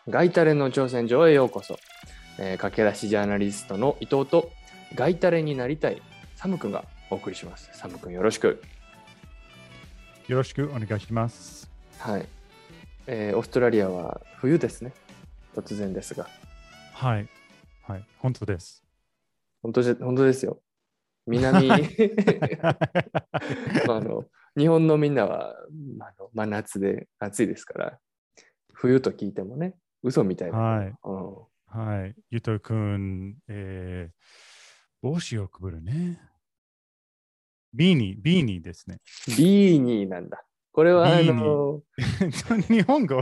ガイタレの挑戦状へようこそ。駆け出しジャーナリストの伊藤とガイタレになりたいサムくんがお送りします。サムくんよろしく。 よろしくお願いします。 はい。オーストラリアは冬ですね。突然ですが。 はい。はい。本当です。 本当ですよ。南日本のみんなは真夏で暑いですから、冬と聞いてもね、嘘みたいな。 はい。はい。ゆとくん、帽子をくぶるね。ビーニーですね。 ビーニーなんだ。これはビーニー。日本語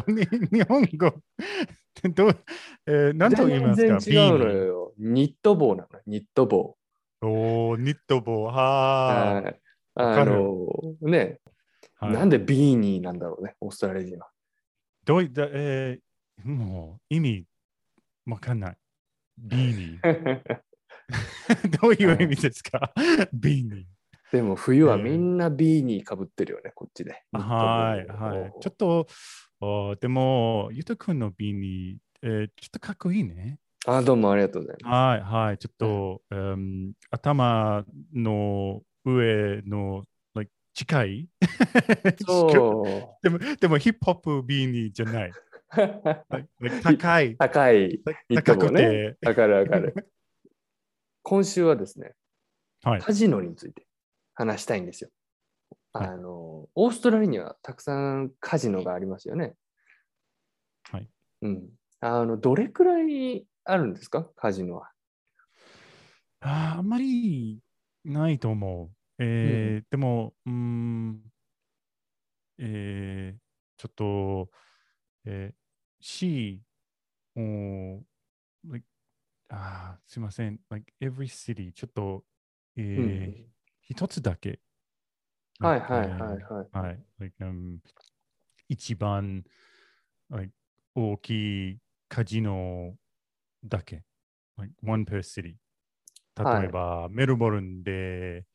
何と言いますか？ 全然違うのよ。ニット帽なの。ニット帽。 ニット帽。ははい。 あ。わかる。 ね、 はい、 なんでビーニーなんだろうね、オーストラリア人は。 どういった、もう意味わかんない。ビーニー。どういう意味ですか？ビーニー。 でも冬はみんなビーニーかぶってるよね、こっちで。 はいはい。ちょっと、でも、ゆとくんのビーニー、ちょっとかっこいいね。 どうもありがとうございます。 はいはい。ちょっと、頭の上の、近いそでもヒップホップビーニーじゃない。高い。 高いニット高帽ね。 くて。 わかるわかる。今週はですね、 はい。 カジノについて話したいんですよ。 はい。 オーストラリアにはたくさんカジノがありますよね。 はい。 うん。どれくらいあるんですか、カジノは。 あんまりないと思う。 うん。 でも、ちょっと、C、like すいません。every city、ちょっと、 うん。 一つだけ。 はいはいはいはい。 はい。一番、大きいカジノだけ。one per city。例えはい。 ば、メルボルンで、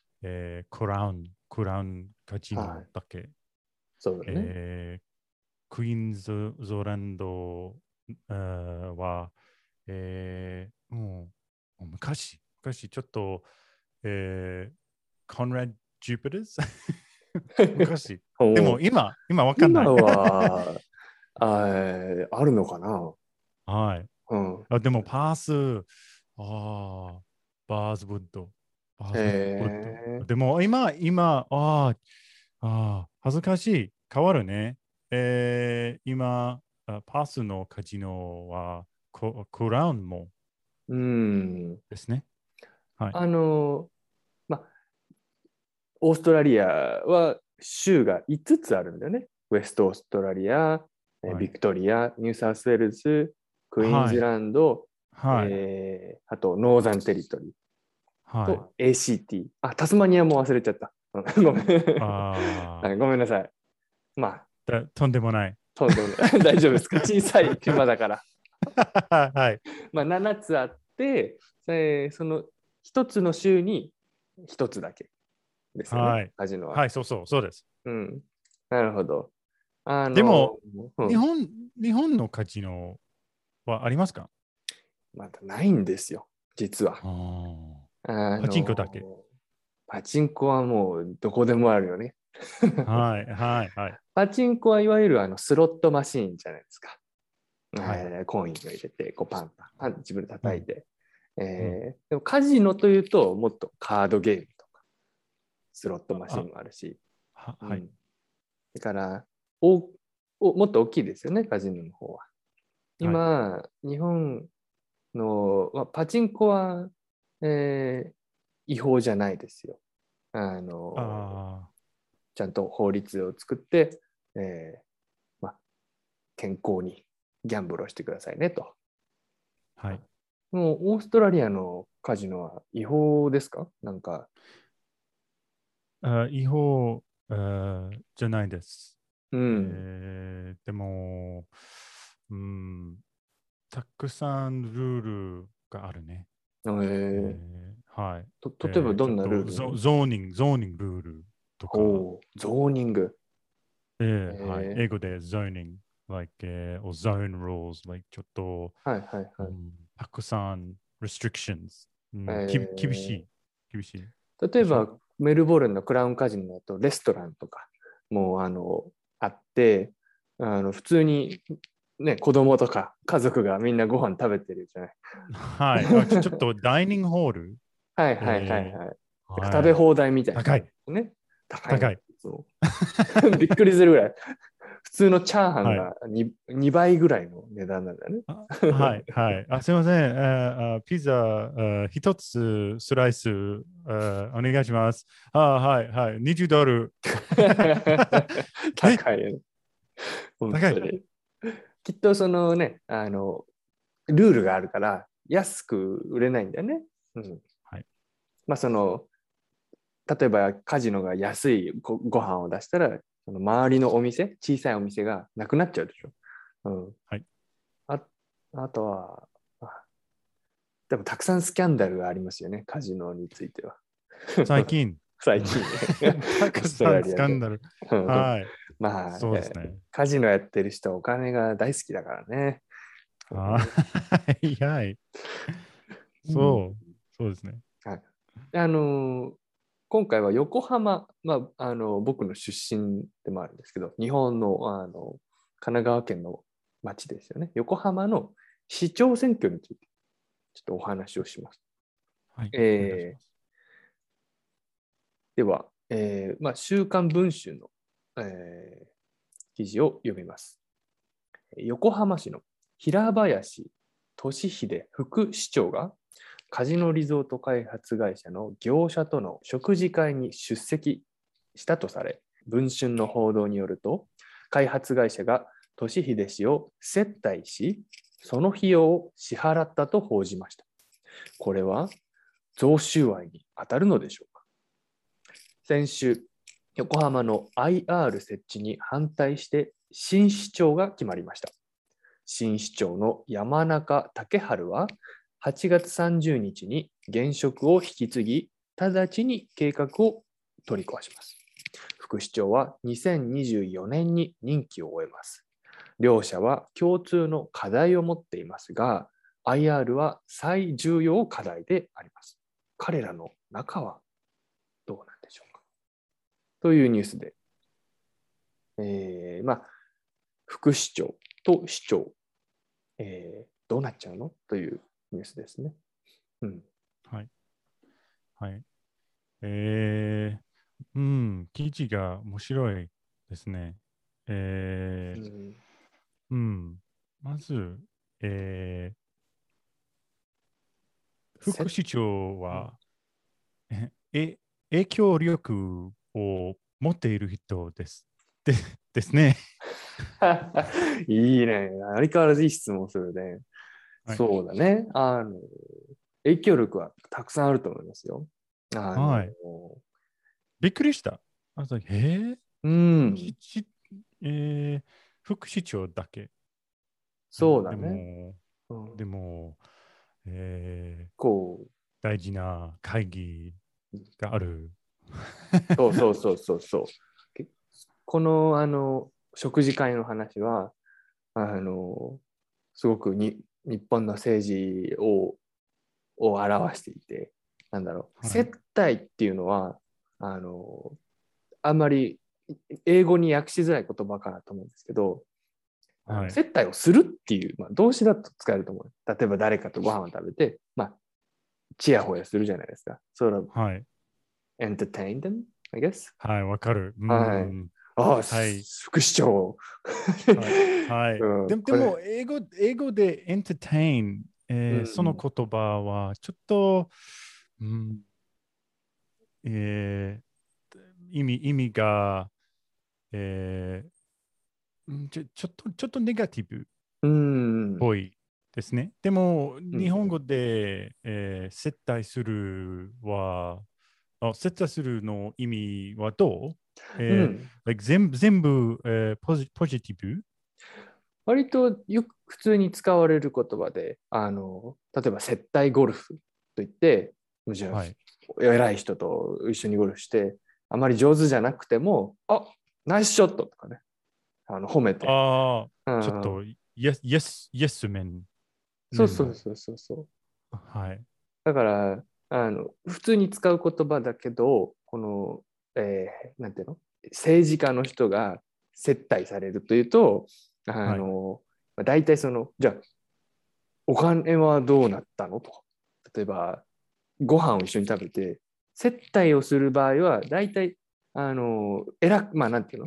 クラウンカジはい。 ノだけ。 そうだね。 クイーンズ・ゾーランド、は、もう昔ちょっと、コンラッド・ジュピターズ昔。でもお今わかん今ない。 は、あるのかな。 はい。 うん。 でもパース、あーバーズウッド。バーズウッド。 へえ。 でも今、恥ずかしい。変わるね。今、パースのカジノはクラウンもうん。 ですね。はい。 あの、ま、オーストラリアは州が5つあるんだよね。ウェストオーストラリア、 はい。 ビクトリア、ニューサウスウェールズ、クイーンズはい。 ランド、 はい。 あとノーザンテリトリーはい。 と ACT。タスマニアも忘れちゃった。ごめん。 あごめんなさい。まあ、 とんでもない。 とんでもない。大丈夫ですか、小さい島だから。 はい。 まあ、7つあって、その1つの州に1つだけですよね、 はい。 カジノは。 はい、そうです。 うん。なるほど。あでも、 の、うん、 日本のカジノはありますか？ まだないんですよ、実は。 あーあパチンコだけ。 の、パチンコはもうどこでもあるよね。 はい、はい、はい。 パチンコはいわゆるスロットマシーンじゃないですか。 はい。 コインを入れて、こうパンパンパン自分でうん、 叩いて。 うん。 でもカジノというと、もっとカードゲームとか、スロットマシーあ、 ンもあるし。 はい。 うん。だからもっと大きいですよね、カジノの方は。 はい。 今、日本の、パチンコは、えー違法じゃないですよ。あの、 あちゃんと法律を作って、えーまあ、健康にギャンブルをしてくださいねと。 はい。 もうオーストラリアのカジノは違法ですか、なんか。 違法、じゃないです。 うん。 でも、うん、たくさんルールがあるね。はい。 例えばどんなルーちょっとル？ ゾーニングルールとか、 ゾーニング。 はい。 え英語でゾーニング。 like, or zone rules, like ちょっと、 はいはいはい。 たくさん restrictions、厳しえい。厳しい。 例えば、メルボルンのクラウンカジノだとレストランとかもあって、普通に、ね、子供とか家族がみんなご飯食べてるじゃない。 はい。ちょっとダイニングホール。 はいはいはいはい。食べはい。 放題みたいな。 高い。 ね。高いの。 高い。 びっくりするぐらい。普通のチャーハンはい。 が 2倍ぐらいの値段なんだね。 はい。はい。すみません。ピザ、一つスライス、お願いします。はい。はい。20ドル。え高いよね。本高い。 当に。きっとそのね、ルールがあるから安く売れないんだよね。うん。 はい。 まあ例えばカジノが安いご飯を出したら、その周りのお店、小さいお店がなくなっちゃうでしょ。うん。 はい。 あ、あとは、でもたくさんスキャンダルがありますよね、カジノについては。 最近。 最近ね、 たオーストくさんラリアで。 スキャンダル。 うんはい。 まあ、 そうですね。 カジノやってる人はお金が大好きだからね。 はい。はい。 うん、 そうですね。 はい、今回は横浜、僕の出身でもあるんですけど、日本の、神奈川県の町ですよね。横浜の市長選挙についてちょっとお話をします。 はい。お願いしえーます。 では、週刊文春の、記事を読みます。横浜市の平林俊秀副市長がカジノリゾート開発会社の業者との食事会に出席したとされ、文春の報道によると、開発会社が俊秀氏を接待し、その費用を支払ったと報じました。これは贈収賄に当たるのでしょうか。先週、横浜の IR 設置に反対して新市長が決まりました。新市長の山中竹春は8月30日に現職を引き継ぎ、直ちに計画を取り壊します。副市長は2024年に任期を終えます。両者は共通の課題を持っていますが、IR は最重要課題であります。彼らの仲はどうなんでしょうかというニュースで、副市長と市長、どうなっちゃうのというニュースですね。うん。 はい。はい。記事が面白いですね。まず、副市長は、影響力を持っている人です。ですね。 いいね。相変わらずいい質問するね。 はい。 そうだね。影響力はたくさんあると思いますよ。あの、 はい。びっくりした。 うん。 ししえー副市長だけ。でそうだね。 も、 うん、 でも、 こ大事な会議う、 がある。 そうそうそうそうそう。この、食事会の話は、あの、すごく日本の政治を表していて、なんだろう、 はい。 接待っていうのは、あの、あんまり英語に訳しづらい言葉かなと思うんですけど、 はい。 接待をするっていう、動詞だと使えると思う。例えば誰かとご飯を食べて、チヤホヤするじゃないですか。それは、 はい。 entertain them, I guess. はい。わかる。 はい。ああ、 はい。 副市長。 はい。はい。 うん、 でも、 これ。 英語で entertain、 うそのん、 言葉は、ちょっと、うん、え意味が、えちょっとネガティブっうん、 ぽいですね。でも、 うん、 日本語で、接待する接待するの意味はどう、 うん。 like 全部、ポジティブ。 割とよく普通に使われる言葉で、例えば接待ゴルフといって、むしろはい。 偉い人と一緒にゴルフして、あまり上手じゃなくても、ナイスショットとかね、褒めて、 あちょっと、イエスメン。 そうそうそうそうそう。 はい。 だから、普通に使う言葉だけど、この、なんていうの政治家の人が接待されるというと、 はい。 大体じゃあ、お金はどうなったのとか。例えば、ご飯を一緒に食べて、接待をする場合は、大体、まあ、なんていうの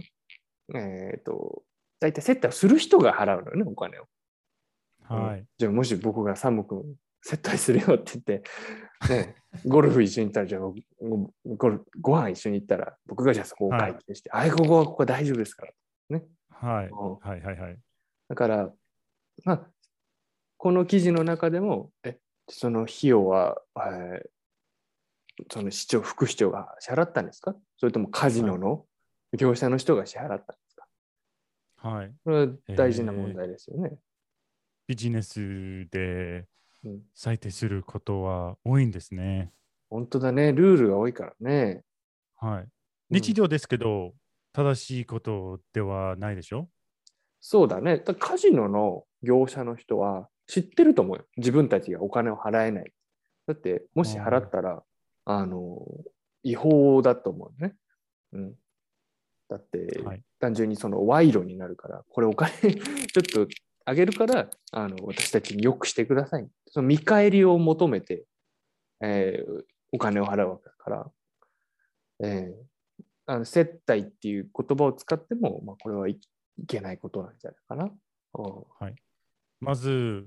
大体接待をする人が払うのよね、お金を。 はい。 じゃあ、もし僕がサム君接待するよって言って、ね、ゴルフ一緒に行ったら、じゃあご飯一緒に行ったら、僕がじゃあそこをはい。 会計して、あれ、ここ大丈夫ですから。ね。 はい。 うんはい。はい。はい。 だから、まあ、この記事の中でも、その費用は、その副市長が支払ったんですか、それともカジはい。 ノの業者の人が支払ったんですか。 はい。 これは大事な問え題ですよね。 ビジネスでうん、 採定することは多いんですね。 本当だね。ルールが多いからね。 はい。 うん、 日常ですけど、正しいことではないでしょ？ そうだね。カジノの業者の人は知ってると思うよ。自分たちがお金を払えない。だって、もし払ったら、あの、違法だと思うね。うん。だって、 はい。 単純にその賄賂になるから、これお金ちょっとあげるから、私たちによくしてください。その見返りを求めて、お金を払うわけだから、え接待っていう言葉を使っても、まあ、これはいけないことなんじゃないかな。 はい。まず、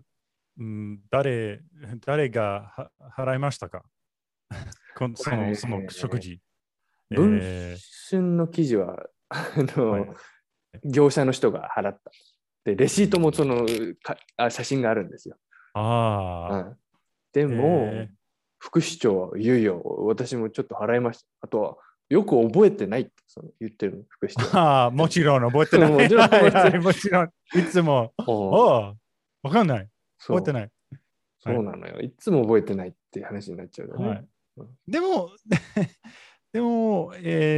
誰が払いましたか？ これその食ね、 事。 文え春の記事は、 はい。 業者の人が払った。で、レシートも写真があるんですよ。うああ、 ん、でも、 え副市長は、いやいや、私もちょっと払いました。あとは、よく覚えてないって言ってる副市長は。 もちろん覚えてない。 もちろんはいはい、 覚えてない。 もちろん。いつも、おおお、わかんない。覚えてそう、 ない。はい。 そうなのよ。いつも覚えてないっていう話になっちゃうよね。 はい。 うん、 でも、でも、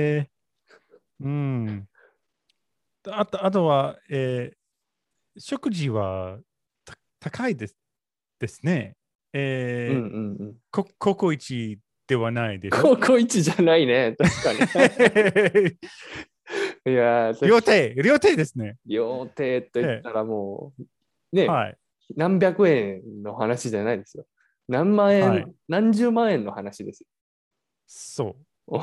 あとは、食事は高いですね。 うんうえんうん。 ココイチではないでしょ？ ココイチじゃないね。確かに。いやー、 料亭ですね。 料亭と言っえたらもう、ね、 はい。 何百円の話じゃないですよ。何万円、 はい。 何十万円の話ですそう。 よ。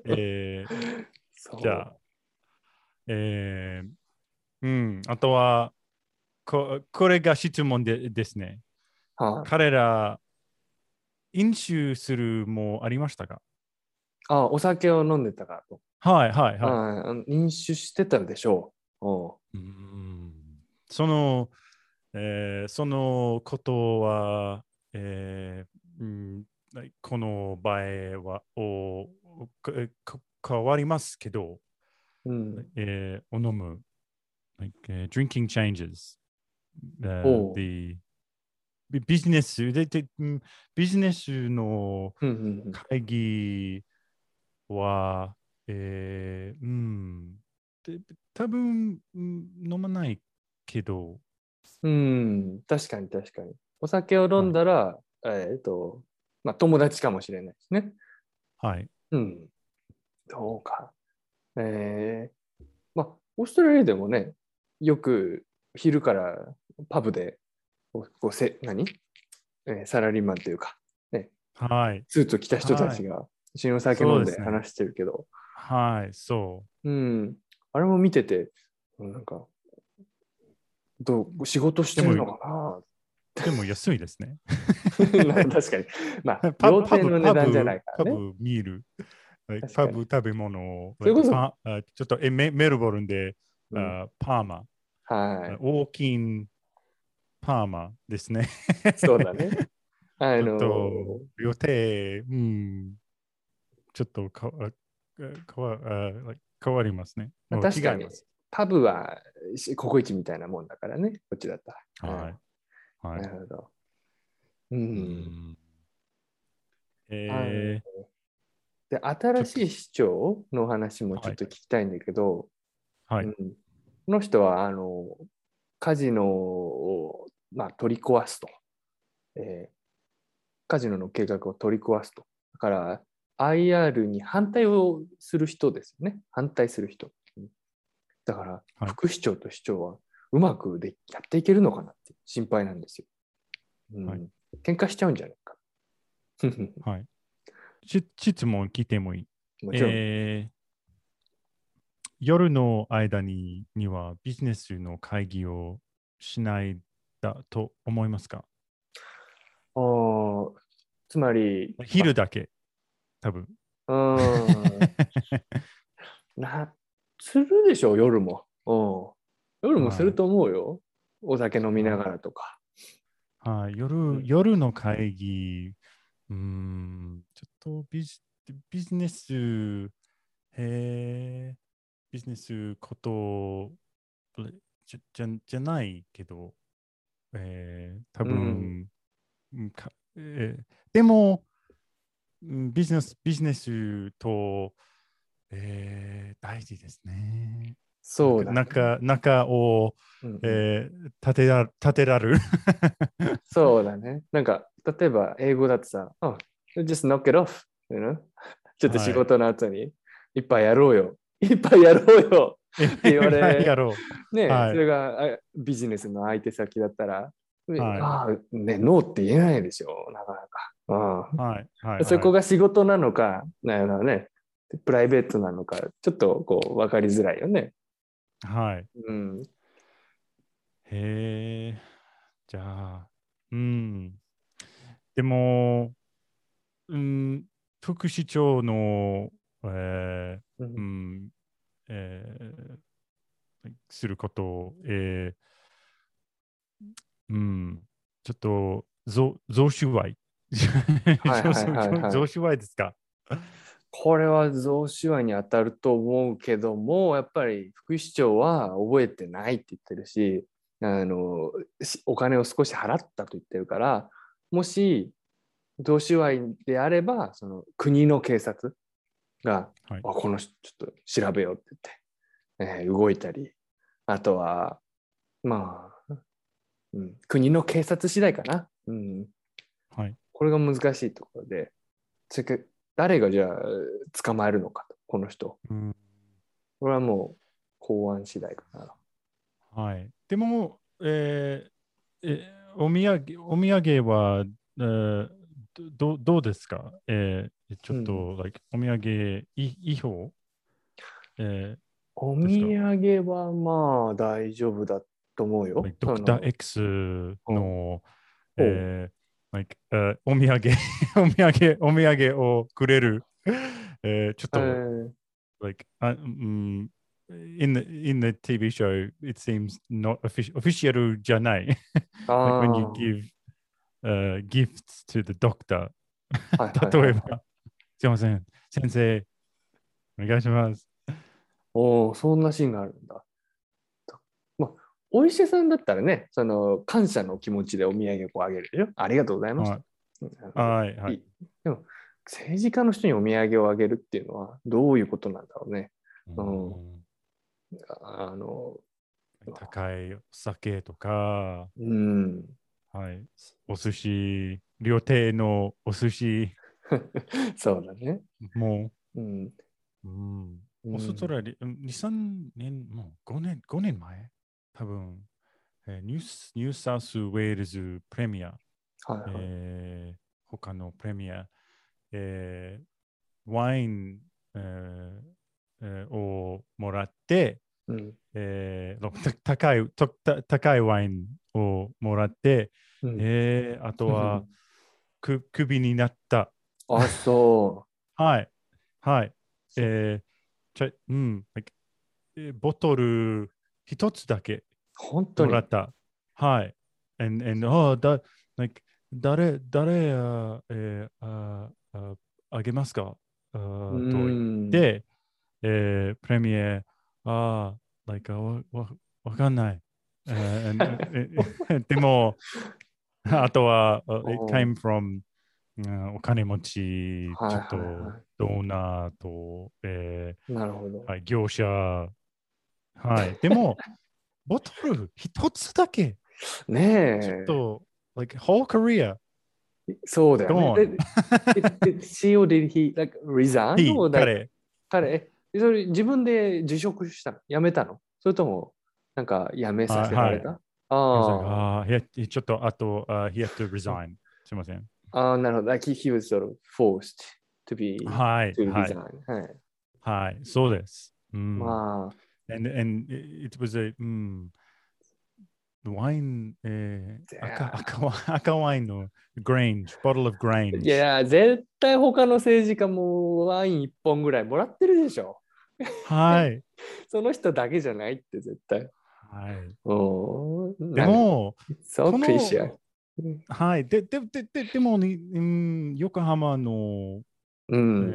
じゃあ、 そえーあとはこれが質問ですね。 う。はい。 彼ら、飲酒するもありましたか？ あ、お酒を飲んでたからと。 はい、はい、はい。 飲酒してたでしょう。 うん、その、そのことは、この場合変わりますけど、 うん。 お飲む、drinking changes おう。 the ビジネスビジネスのうんうん会議は、で多分、飲まないけど、 うん。うん。確かに確かに。お酒を飲はい。 んだら、まあ、友達かもしれないですね。 はい。 うん。そうか。まあ、オーストラリアでもね、よく昼からパブで、こうせ、何、サラリーマンというか、ね、 はい。 スーツを着た人たはい。 ちが一緒にお酒飲そうですね。 んで話してるけど、 はい。そうん、あれも見てて、なんか、仕事しう。 てるのかでも安いですね。 な。確かに。まあ、料亭の値段じゃないからね。 パブ見る。 確かに。 パブ食べ物、 それこそ、 ちょっとメルボルンで、 うん、 パーマ、 はい。 大きいパーマですね。 そうだね。あちょっのと予定、ちょっと変わりますね。 まあ、 もう確かに、 違います。 パブはココイチみたいなもんだからね、こっちだったら。 はい。はい。 なるほど。ううん。 ん。 あのえで、新ちょっと、 しい市長の話もちょはい。 っと聞きたいんだけど、 はい。 うん、この人は、 カジノを、取り壊すと、カジノの計画を取り壊すと。だから、IR に反対をする人ですよね。反対する人。だから、副市長と市長はうまくやっていけるのかなって心配なんですよ。喧嘩しちゃうんじゃないか。 はい。質問聞いてもいい？ もちろん。 夜の間にはビジネスの会議をしないだと思いますか？ つまり、 昼だけ、多分。 するでしょ、夜も。夜もすると思うよ。お酒飲みながらとか。 夜の会議、ちょっとビジネス、ビジネスことじゃないけど、多分、でも、ビジネスと、大事ですね。 そうだ、ね。 中を、立てられる。 そうだね。なんか、例えば英語だとさ、just knock it off. You know? ちょっと仕事の後に、いっぱいやろうよ。いっぱいやろうよって言われ、ね、それがビジネスの相手先だったら、ノーって言えないでしょ、なかなか。そこが仕事なのか、プライベートなのか、ちょっとこう分かりづらいよね。 はい。じゃあ、でも、副市長の、することを、ちょっと贈収賄。贈収賄ですか？ これは贈収賄に当たると思うけども、やっぱり副市長は覚えてないって言ってるし、お金を少し払ったと言ってるから、もし贈収賄であれば、その国の警察が、この人ちょっと調べようって言って、動いたり、あとは、国の警察次第かな。これが難しいところで、誰がじゃあ捕まえるのかと、この人。これはもう公安次第かな。 はい。でも、お土産は、どうですか？ちょっと、お土産違法、 お土産はまあ大丈夫だと思うよ。 ドクター X の、お土産お土産をくれる、ちょっと、in the TV show, it seems not official じゃない。when you give gifts to the doctor. 例えば、すいません、先生、お願いします。 そんなシーンがあるんだ。お医者さんだったらね、その感謝の気持ちでお土産をあげるでしょ。ありがとうございました。はい。でも、政治家の人にお土産をあげるっていうのはどういうことなんだろうね。 高いお酒とか、お寿司、料亭のお寿司。 そうだね。 もう、オーストラリア、2、3年、もう5年前、多分、ニューサウスウェールズプレミア、他のプレミア、ワイン、をもらって、高いワインをもらって、あとはクビになった。 あ、そう。 はい。はい。ボトル一つだけもらった。はい。誰あげますかと言って、プレミア、わかんない。でも、あとは、it came from お金持ち、ちょっとドーナーと、 なるほど。 業者。はい。でも、 ボトル一つだけ。 ねちょっえ。 と、like whole Korea そうだよね。 gone. CEO did he like resign or like 彼。 彼、それ自分で辞職したの辞めたのそれとも、なんか辞めさせらはい。 れた He was like, あちょっと、あと、he had to resign. すいません。 あ、なるほど。Like he was sort of forced はい、 to はい、 resign. はい。 はい、そうです。うん。 まあ、 and it was a、ワイン、赤ワインの Grange, bottle of い Grange。 や、絶対他の政治家もワイン一本ぐらいもらってるでしょ。 はい。 その人だけじゃないって絶対。 はい。で何も、 ?So こ precious. の、はい。でもね、横浜の、 うん。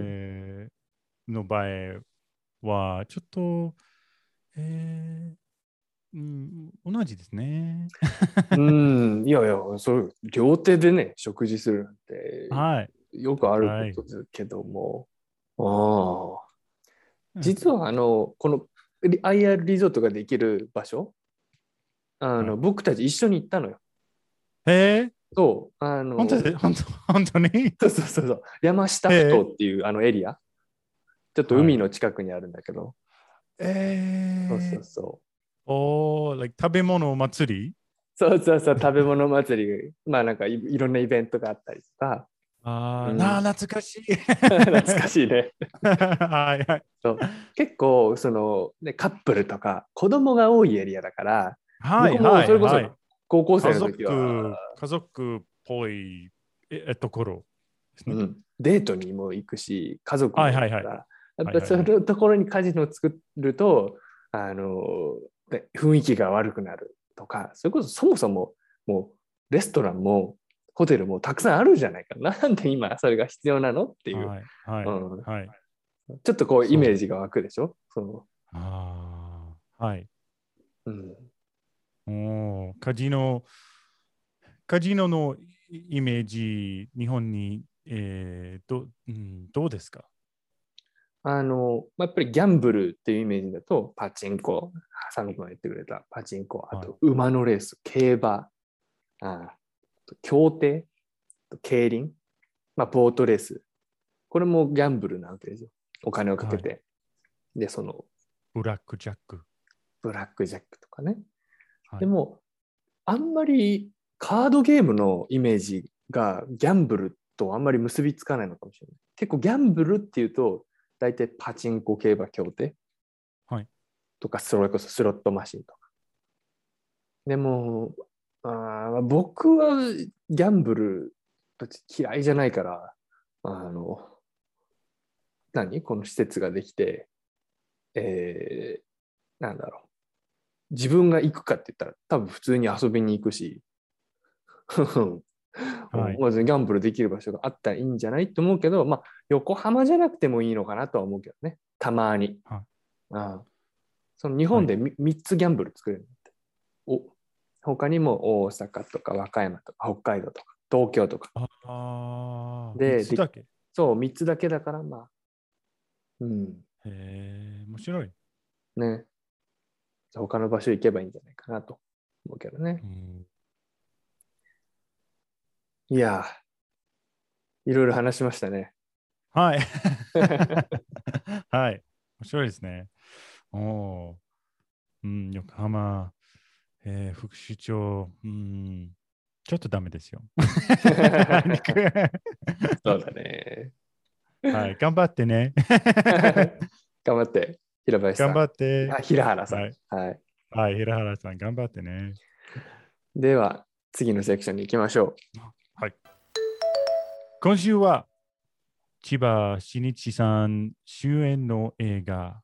の場合は、ちょっと、え同じですね。 うん。いやいや、そう、両手でね、食事するなんてはい。 よくあるはい。 ことですけども。ああ。 うん実は、この IR リゾートができる場所、 はい、 僕たち一緒に行ったのよ。 えー、 そう、 本当にそう、山下ふ頭えっていうあのエリア、ちょっとはい。 海の近くにあるんだけど、そうそえうそう。 like 食べ物祭り食べ物祭り、まあなんかいろんなイベントがあったりとか、うん、 懐かしい。 懐かしいね。 はいはい。 そう結構、ね、カップルとか子供が多いエリアだから、僕もはいはいそれこそはい。 高校生の時は、 家族っぽいところですね。 デートにも行くし、家族もいはいはいはい。 るから、やっぱりそうはいはいはい。 いうところにカジノを作ると、雰囲気が悪くなるとか、それこそそもそももうレストランもホテルもたくさんあるじゃないか。なんで今それが必要なのっていう、 はいはいうん、 はい。 ちょっとこうイそう。 メージが湧くでしょはい。 うん、 カジノのイメージ、日本に、どうですか？ やっぱりギャンブルっていうイメージだと、パチンコ、佐野君が言ってくれたパチンコ、あはい。 と馬のレース、競馬、競艇、競輪、ボートレース。これもギャンブルなわけですよ。お金をかけはい。 て。で、 ブラックジャック。 ブラックジャックとかね。 はい。 でも、あんまりカードゲームのイメージがギャンブルとあんまり結びつかないのかもしれない。結構ギャンブルっていうと、大体パチンコ競馬競艇はい。 とか、それこそスロットマシンとか。でも、僕はギャンブル嫌いじゃないから、この施設ができて、なんだろう。自分が行くかって言ったら多分普通に遊びに行くし、 はい。 まずギャンブルできる場所があったらいいんじゃないと思うけど、横浜じゃなくてもいいのかなとは思うけどね。たまに。 はい。 その日はい。 本で3つギャンブル作れるんだって。他にも大阪とか和歌山とか北海道とか東京とか。 三で、 つだけ。 そう、3つだけだから、 面白い。 ね。他の場所行けばいいんじゃないかなと思うけどね。 うん、 いやいろいろ話しましたね。 はい。はい。面白いですね。横浜、副市長、ちょっとダメですよ。 そうだね。 はい、頑張ってね。 頑張って、平林さ頑ん。 張って。 平原さん。 はい。 はい。 はい、平原さん、頑張ってね。 では、次のセクションに行きましょはい。今週は、千葉真一さん主演の映画、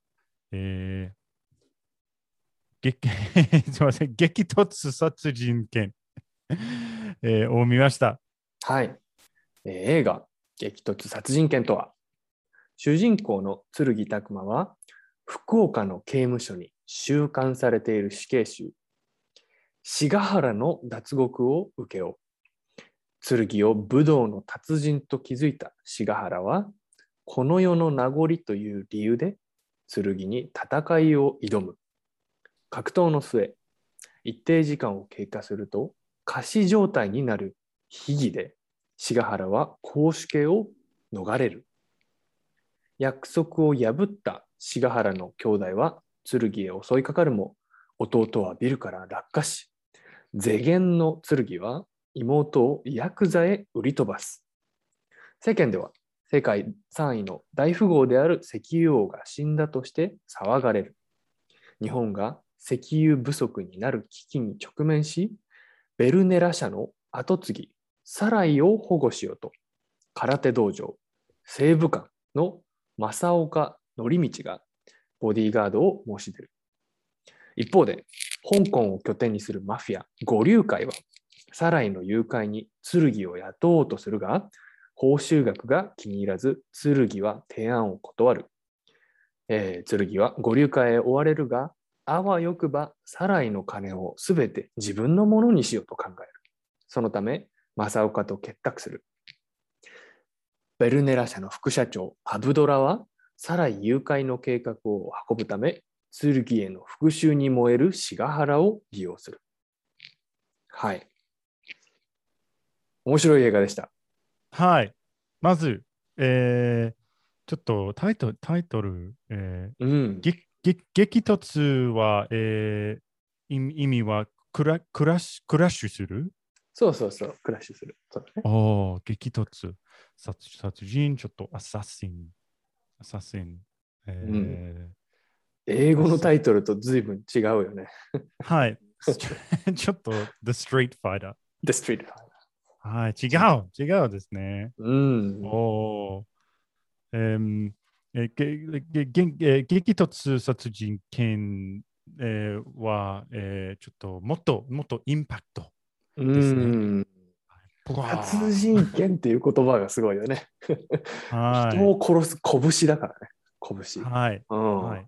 すみません、激突殺人剣、を見ました。 う。はい。映画、激突殺人剣とは、主人公の剣拓磨は、福岡の刑務所に収監されている死刑囚、志賀原の脱獄を請け負う。剣を武道の達人と築いた志賀原は、この世の名残という理由で剣に戦いを挑む。格闘の末、 一定時間を経過すると仮死状態になる秘儀で、志賀原は公主刑を逃れる。約束を破った志賀原の兄弟は剣へ襲いかかるも、弟はビルから落下し、世間の剣は妹をヤクザへ売り飛ばす。世間では世界3位の大富豪である石油王が死んだとして騒がれる。日本が石油不足になる危機に直面し、ベルネラ社の跡継ぎ、サライを保護しようと、空手道場、西武館の正岡則道がボディーガードを申し出る。一方で、香港を拠点にするマフィア、五龍会は、サライの誘拐に剣を雇おうとするが、報酬額が気に入らず、剣は提案を断る。剣は五龍会へ追われるが、あわよくばサライの金をすべて自分のものにしようと考える。そのため、正岡と結託する。ベルネラ社の副社長、アブドラは、サライ誘拐の計画を運ぶため、剣への復讐に燃える志賀原を利用する。はい。面白い映画でした。 はい。まず、ちょっとタイトル、 うん。 激突は、意味はクラッシュする。 そうそうそう、クラッシュする。そうだね。 おー、激突。殺人、ちょっとアサシン。 うん。英語のタイトルと随分違うよね。 はい。ちょっと The Street Fighter。 The Street Fighter。 はい、違うですね。 うん。 おー。激突殺人剣、は、ちょっともっとインパクトうですね。 ん。殺わ人剣っていう言葉がすごいよね。 ーは人い。 を殺す拳だからね。拳。 はい。 うん。 はい。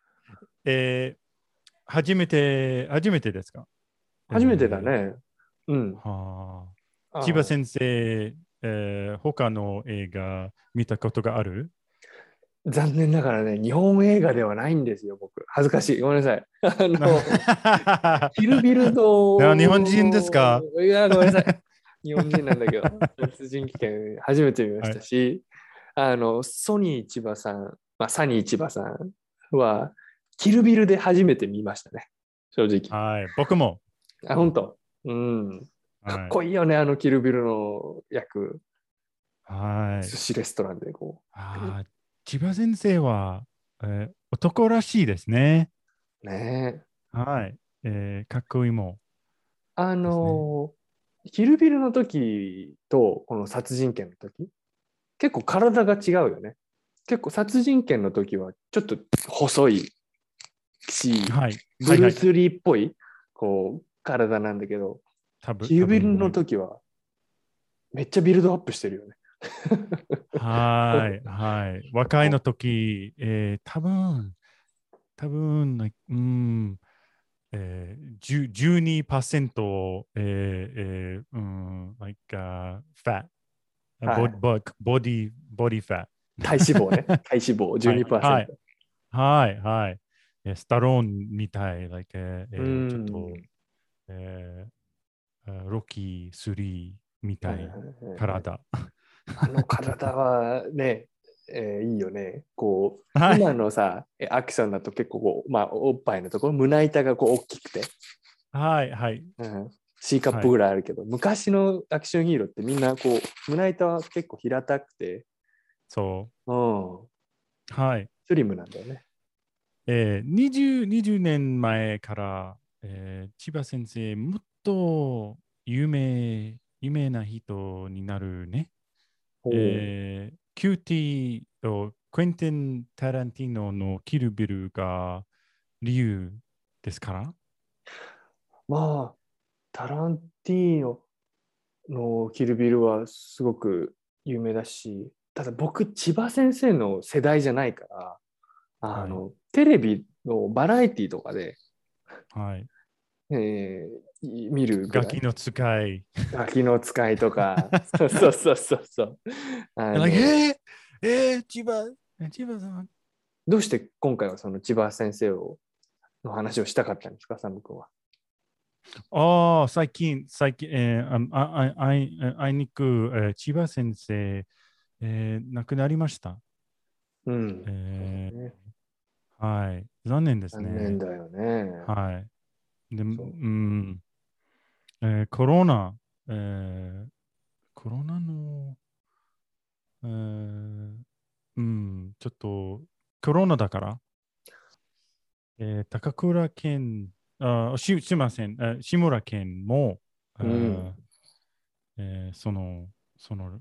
初めてですか？ 初めてだね。うん。 はあ。千葉あ、 先生、他の映画見たことがある？ 残念ながらね、日本映画ではないんですよ、僕。恥ずかしい。ごめんなさい。キルビル日本人ですか？ いや、ごめんなさい。日本人なんだけど、殺人鬼初めて見ましはい。 たし、ソニー千葉さん、まあ、サニー千葉さんは、キルビルで初めて見ましたね。正直。 はい。僕も。 あ、本当。うん。かっはい。 こいいよね、キルビルの役。 はい。 寿司レストランでこ千葉先生は、男らしいですね。 う。ねえ。 はい。かっこいいもあですね。 のキルビルの時とこの殺人剣の時、結構体が違うよね。結構殺人剣の時はちょっと細いし、 はい。 ブはいはい。 ルース・リーっぽいこう体なんだけど、キル多ビルの分ね。 時はめっちゃビルドアップしてるよね。 はい。はい。若いの時、多分、12%、fat、 はい。 ボディファット。 体脂肪ね。体脂肪はい。はい。 12%。 はい。はい。スタローンみたい、 うちょっと、 ん。 ロッキー3みはいはいたいはいはい。 体。 あの体はね、いいよね。こう、 はい。 今のさ、アクションだと結構こう、まあ、おっぱいのところ、胸板がこう大きくて、 はい。はい。 うん、C カップはい。 ぐらいあるけど、昔のアクションヒーローってみんなこう、胸板は結構平たくて、 そうん、 う。はい。 スリムなんだよね。 20年前から、千葉先生、もっと有名な人になるね。 おう。 キューティーとクエンティン・タランティーノのキルビルが理由ですから。 まあ、タランティーノのキルビルはすごく有名だし、ただ僕、千葉先生の世代じゃないから、 はい。 テレビのバラエティとかで、 はい。 見るぐらい。 ガキの使い。 ガキの使いとか、そうそうそうそうそう。 like, 千葉さん。 どうして今回はその千葉先生の話をしたかったんですか、サム君は。 最近、あいにく、千葉先生、亡くなりました。 うん。そうえだね。 はい。残念です残念ね。 だよね。 はい。で、 そコロナ、コロナの、ちょっと、コロナだから、高倉健、すいません、志村けんも、 う。うん。 その、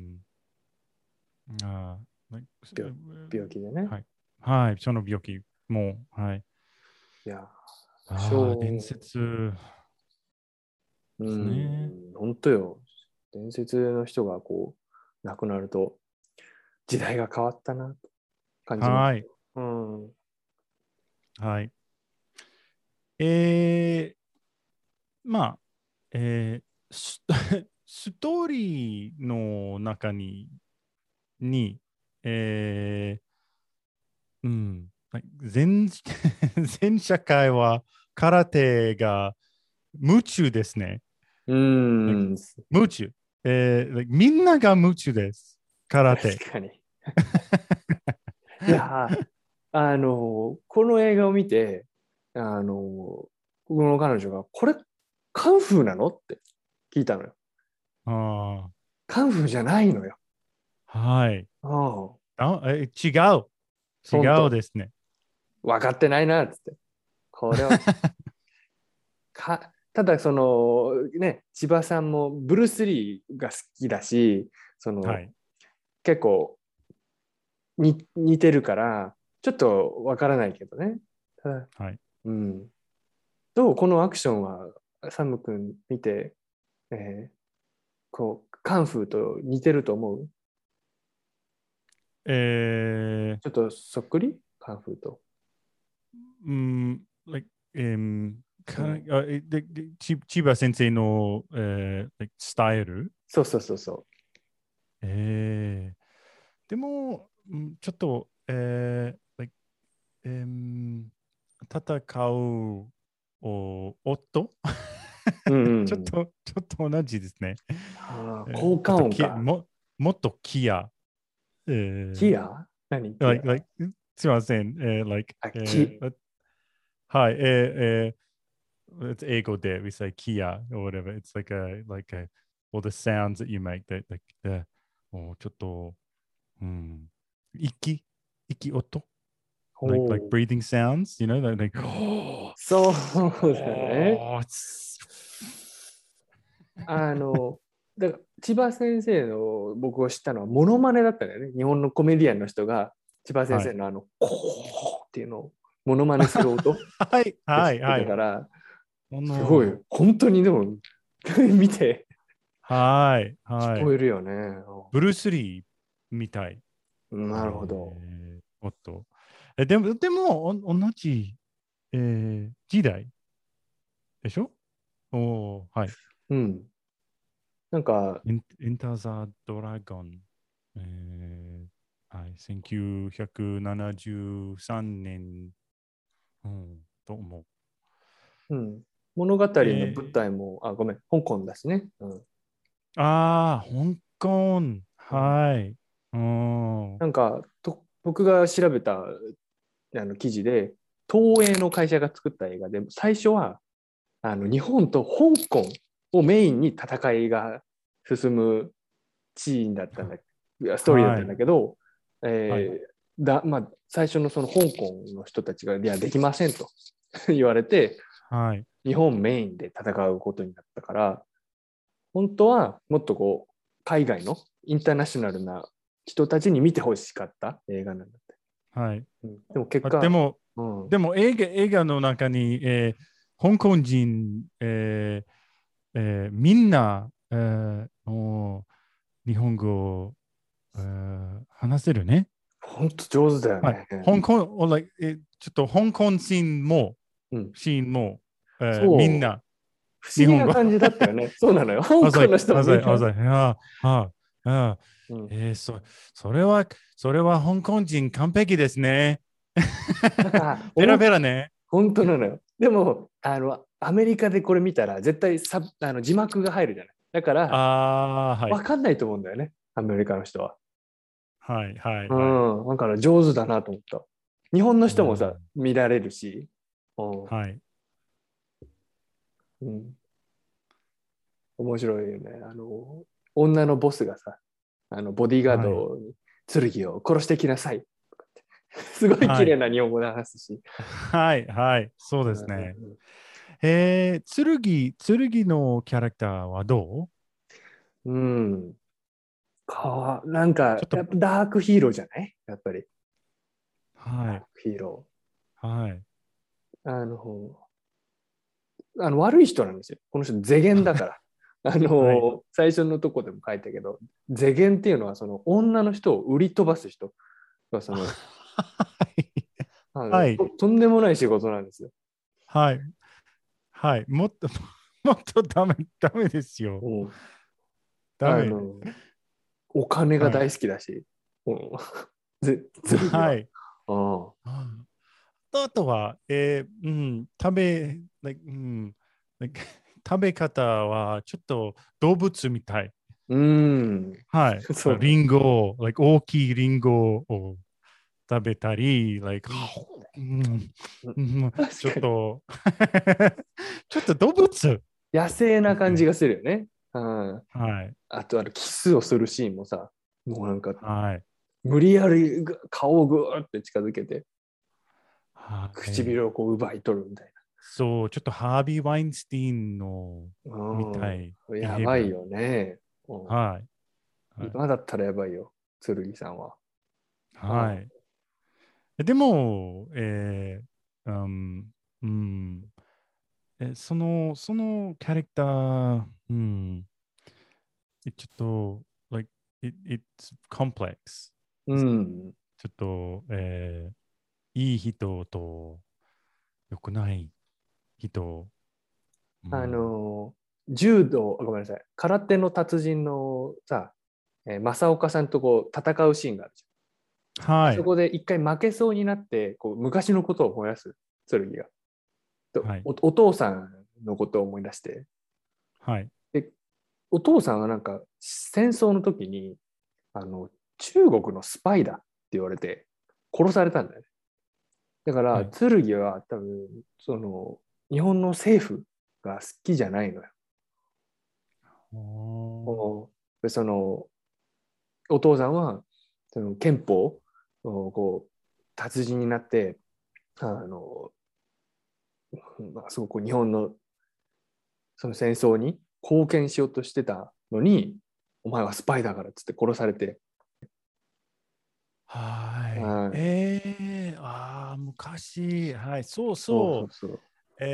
あー、 病、病気でね。 はい。はい、その病気も、はい。 いや、 伝説うですね。 ん、本当よ。伝説の人が亡くなると、時代が変わったな、と感じますはい、 よ。うん。 はい。えー、まあ、えスストーリーの中に、え全、全社会は空手が夢中ですね。 う Like ん、 夢中。みんなが夢中です。空手。 確かに。いやこの映画を見て、僕の彼女が、これ、カンフーなのって聞いたのよ。 あカンフーじゃないのよ。 はい。 うん。 違う。違本当、 うですね。 分かってないな、っつって。これはただ千葉さんもブルース・リーが好きだし、 はい。 結構似てるから、ちょっとわからないけどね。ただ、 はい。 うん。どうこのアクションは、サム君見て、えカンフーと似てると思う？ えー、 ちょっとそっくりカンフーと。 like、かうん。 あえで千葉先生の、like、スタイル、 そうそうそうそでも、ちょっと、like 戦う音う。うんうんうん。 ちょっと同じですね。 効果ちょっと音か。 もっとキア。えー、 キア何キア？ like、すいません。 あ、キ。 はい。英語で、we say Kia or whatever. It's all the sounds that you makeもうちょっと、うん、息音お like お。 breathing sounds, like, そうだね。 oh, あの、だから千葉先生の僕を知ったのはモノマネだったんだよね。日本のコメディアンの人が千葉先はい。 生のコーっていうのをモノマネする音はい、はい、 で知ってはい。 たから、 こすごい、 の、 本当にでも見てはい、 聞はい。 こえるよね。 ブルース・リーみたい。 なるほど。 もっと。でも、同じ、時代でしょ？はい。 うん。なんか、 エンター・ザ・ドラゴン。はい。1973年、と思う。 うん。物語の舞え台も、あ、ごめん、香港だしね。うん。 香港。 うん、 はい。うん。 なんか僕が調べた記事で、東映の会社が作った映画で、最初は日本と香港をメインに戦いが進むシーンだったんだ、ストーリーだったんはい。 だけど、 はい。 まあ、最初のその香港の人たちが、いや、できませんと言われて、 はい。 日本メインで戦うことになったから、本当はもっと海外のインターナショナルな人たちに見てほしかった映画なんだって。 はい。 うん、でも結あ、 果、うん、 映画の中に、香港人、みんな、もう日本語を、話せるね。 本当上手だよはい。 ね。 香港、ちょっと香港うん、 シーンも、みんそう、 な不思日本語。 議な感じだったよね。そうなのよ。香港の I 人も was みん like, I な。 was like, あうん、 それは、香港人完璧ですね。 なんか、 ペラペラね。 本当なのよ。でも、 アメリカでこれ見たら絶対字幕が入るじゃない。だから、 はい。 わかんないと思うんだよね、アメリカの人は。 はい、はい、 うはい。 ん、だから上手だなと思った。日本の人もさ、 おー見られるし、 はい。 うん、面白いよね。女のボスがさ、ボディーガーはい。 ドに剣を殺してきなさい。すごい綺麗はい。 な日本語で話すし。 はい。はい。そうですね。 うん剣のキャラクターはどうん。なんか、 ちょっと、 やっぱダークヒーローじゃないやっぱり。ダーはい。 クヒーロはい。 ー。悪い人なんですよ。この人、世間だから。 はい。 最初のとこでも書いたけど、世間っていうのは、その女の人を売り飛ばす人が、 はい。 とんでもない仕事なんですよ。 はい。はい。もっと、もっとダメですよ。 うん。 ダメ。 あの、お金がはい。 大好きだし、うん、剣は。 はい。 うんあとは、like 食べ方はちょっと動物みたい。 うーん。 はい。 そうなんだ。 リンゴを、大きいリンゴを食べたり、うんちょっ確かに。 とちょっと動物野生なですね。 感じがするよね。うん。 はい。 あと、キスをするシーンもさ、もうなんか、 はい。 無理やり顔をぐーって近づけて、 はい。 唇をこう奪い取るみたいそう、ちょっとハービー・ワインスティーンのな。 みたい、 うん。 ビヘイビア。 やばいよね。うん、 はい。はい。 今だったらやばいよ、剣さんは。うん。 はい。でも、うん、うん、そのキャラクター、うん、ちょっと、it's complex。 うん。 ちょっと、いい人と良くない人、うん、 柔道、ごめんなさい。空手の達人のさ、正岡さんとこう戦うシーンがあるじゃん。あはい、 そこで一回負けそうになって、こう昔のことを思い出す、剣が。 はい、 お父さんのことを思い出して、 はい、 で、お父さんはなんか戦争の時に、中国のスパイだって言われて殺されたんだよね。だから、 はい。 剣は多分、日本の政府が好きじゃないのよ。 おーでお父さんは、憲法こう、達人になって、すごく日本のその戦争に貢献しようとしてたのに、お前はスパイだからっつって殺されて、 はい。 はい、 昔、はい、そうそうそそう。 うそう。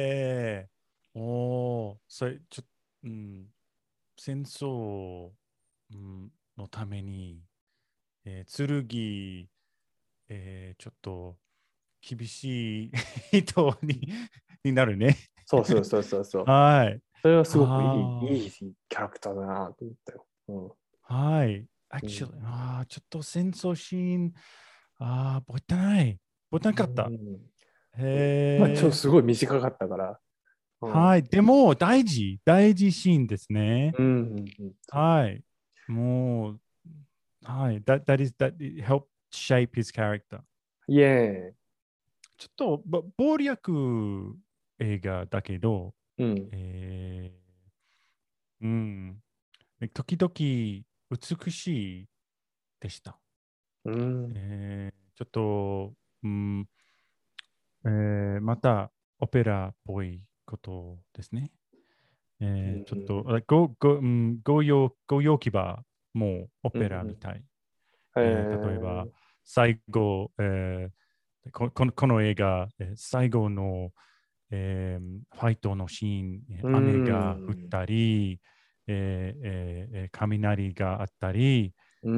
それ、うん、戦争、うん、のために、剣、ちょっと厳しい人になるね。 そうそうそうそうそう。 はい。 それはすごくいあいキャラクターだなと思ったよ。 あ、はい。 うん。 Actually、ちょっと戦争シーン、覚えてない。覚えてなかった。 まあ、 へえ。 すごい短かったから。うん。 はい。でも、大事シーンですね。 うん、うん、うん。そう。 はい。もう、はい。that helped shape his character。 イエちょっと、暴力映画だけど、 ーイ。うん。 えうん。時々美しいでした。 うん。 ちょっと、うん、またオペラっぽいことですね。 うちょっと、 ん。 御用騎馬もオペラみうん。 たい。 へ例えば、 え。 最後、この映画、最後の、ファイトのシーン、 う雨が降っん。 たり、雷があったり、 うん。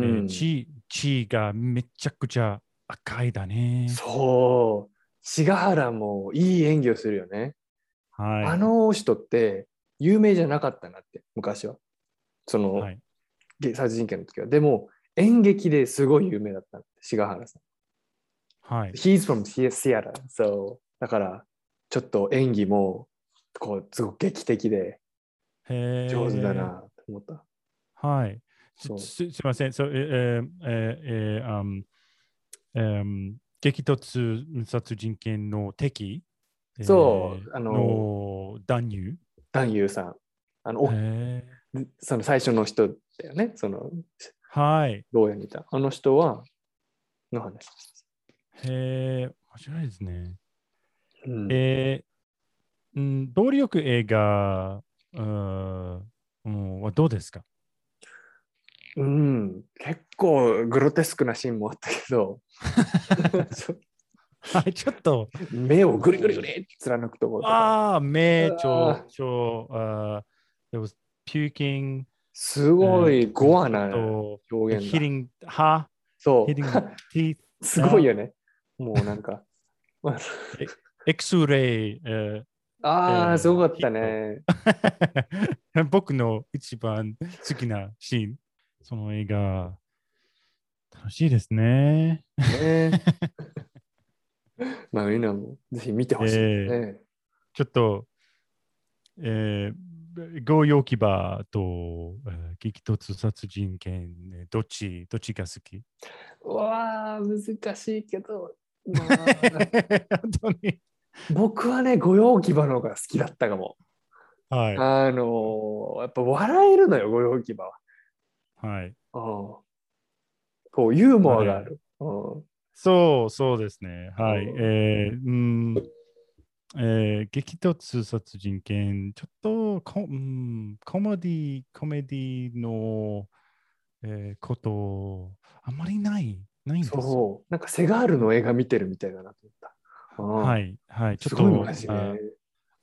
血がめちゃくちゃ赤いだね。 そう。志賀原もいい演技をするよね。あはい。 の人って有名じゃなかったなって、昔は。その、 はい。 殺人鬼の時は。でも、演劇ですごい有名だった志賀原さん。 はい。 He's from Seattle. So, だから、ちょっと演技もこう、すごく劇的でへ上手だなー。 と思った。 はい。 そう。 すいません。激突殺人犬の敵、 そう、 の男優。 男優さん。 へえ。 その最初の人だよね。その、 はい。 牢屋にいた。あの人は、の話です。 へえ、面白いですね。 うん。 暴力映画、はどうですか？ うん、結構グロテスクなシーンもあったけど、 はい、ちょっと、 目をグリグリグリって貫くところとか、 目、 あ there was puking, すごいゴアちょっなと、 表現だ。 hitting, そ hitting the teeth, う、すごいよね。もうなんか、 X-ray, すごかったヒット。 ね。 僕の一番好きなシーン、その映画、楽しいですね。 ねまあ、みんなもぜひ見てほしいですね。 ちょっと、ゴーヨーキバーと、激突殺人犬、どっちが好き？ うわー、難しいけど、まあ、 本当に。 僕はね、御用騎馬の方が好きだったかも。 はい。 やっぱ笑えるのよ、御用騎馬は。 はい。 うんこう、ユーモアがああれ、 る。うんそうですね。はい。 うん激突殺人犬、ちょっとコメディの、ことあんまりないんですよ。 そう、なんかセガールの映画見てるみたいだなと思った。 はい、はい。ちょっすごいと、 真面目。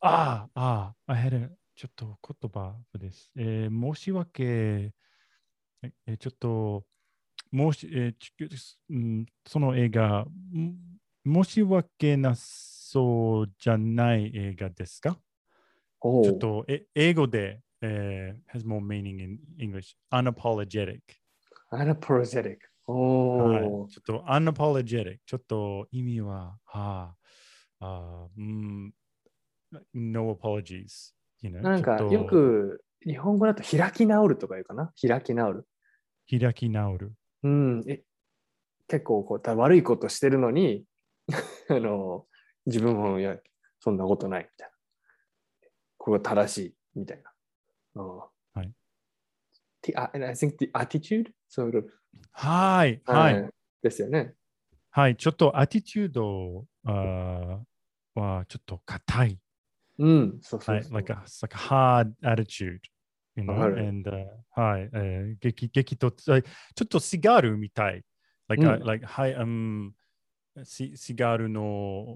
ちょっと言葉です。申し訳、ちょっと、もし、その映画、申し訳なそうじゃない映画ですか？ちょっおう、 と、英語で、has more meaning in English. Unapologetic. アナプロジェリック。 はい。 おーちょっと unapologetic。ちょっと意味は、no apologies. なんかよちょっとく日本語だと開き直るとか言うかな開き直る。 開き直る。 うん、結構こう悪いことしてるのにあの自分もいやそんなことないみたいな。ここが正しいみたいな。 はい。 And I think the attitude sort of はい。はい。 はいですよね。 はい。ちょっとアティチュードはちょっと硬い。 うん、そうそはい。 うそ like a hard attitude. う。わかる。 and はい。激突、ちょっとシガールみたい。 うん。 はい。シガールの、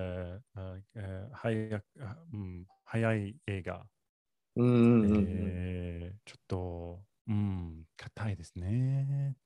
早い映画。 うんうんうんちょっと、硬いですね。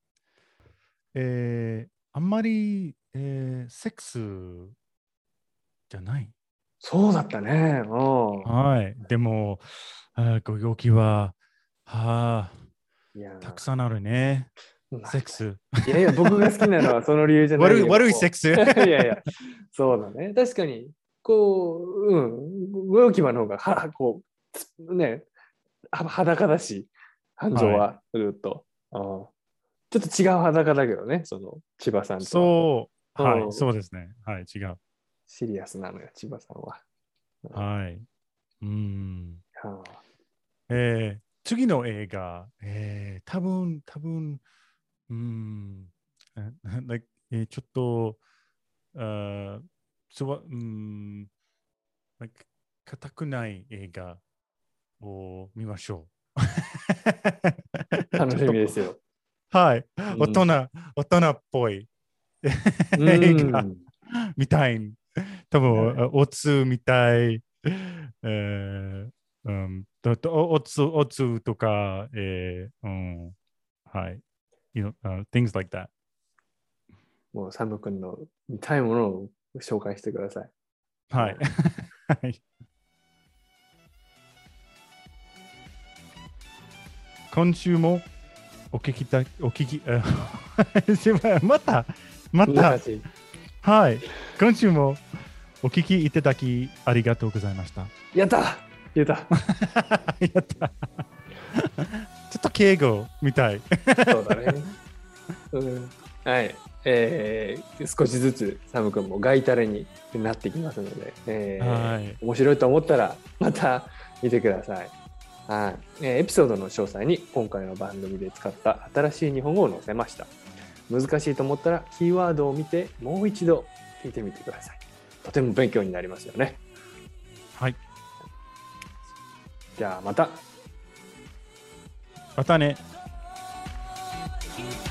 あんまり、セックスじゃない。 そうだったね。 はい。でも、ご陽気は、 いやたくさんあるね。セックス。 いやいや、僕が好きなのはその理由じゃないけども。 悪いセックス。 いやいや、そうだね。確かに、こう、ご用気場の方が、ね、裸だし、感情はい。 はずっと。ちょっと違う裸だけどね、その千葉さんとは。 はい。 うん、 そうですね。はい。違う。 シリアスなのよ、千葉さんは。 はい。 はあ次の映画、多分、like ちょっと、あつわ、like 硬くない映画を見ましょう。 楽しみちょっと、 ですよ。 はい、 うん。 大人っぽいう映画ん。 みたい。多分、 だね。 おつみたい。おつとか、はい。things like that. もうサム君の見たいものを紹介してください。 はい。はい。今週もお聞き、また、 難しい。 はい。今週もお聞きいただきありがとうございました。 やった言えた。 やった。ちょっと敬語みたい。 そうだね。はい。少しずつサム君もガイタレになってきますので、 はい。 面白いと思ったらまた見てください。はい。エピソードの詳細に今回の番組で使った新しい日本語を載せました。難しいと思ったらキーワードを見てもう一度聞いてみてください。とても勉強になりますよね。 はい。 じゃあまた。 またね。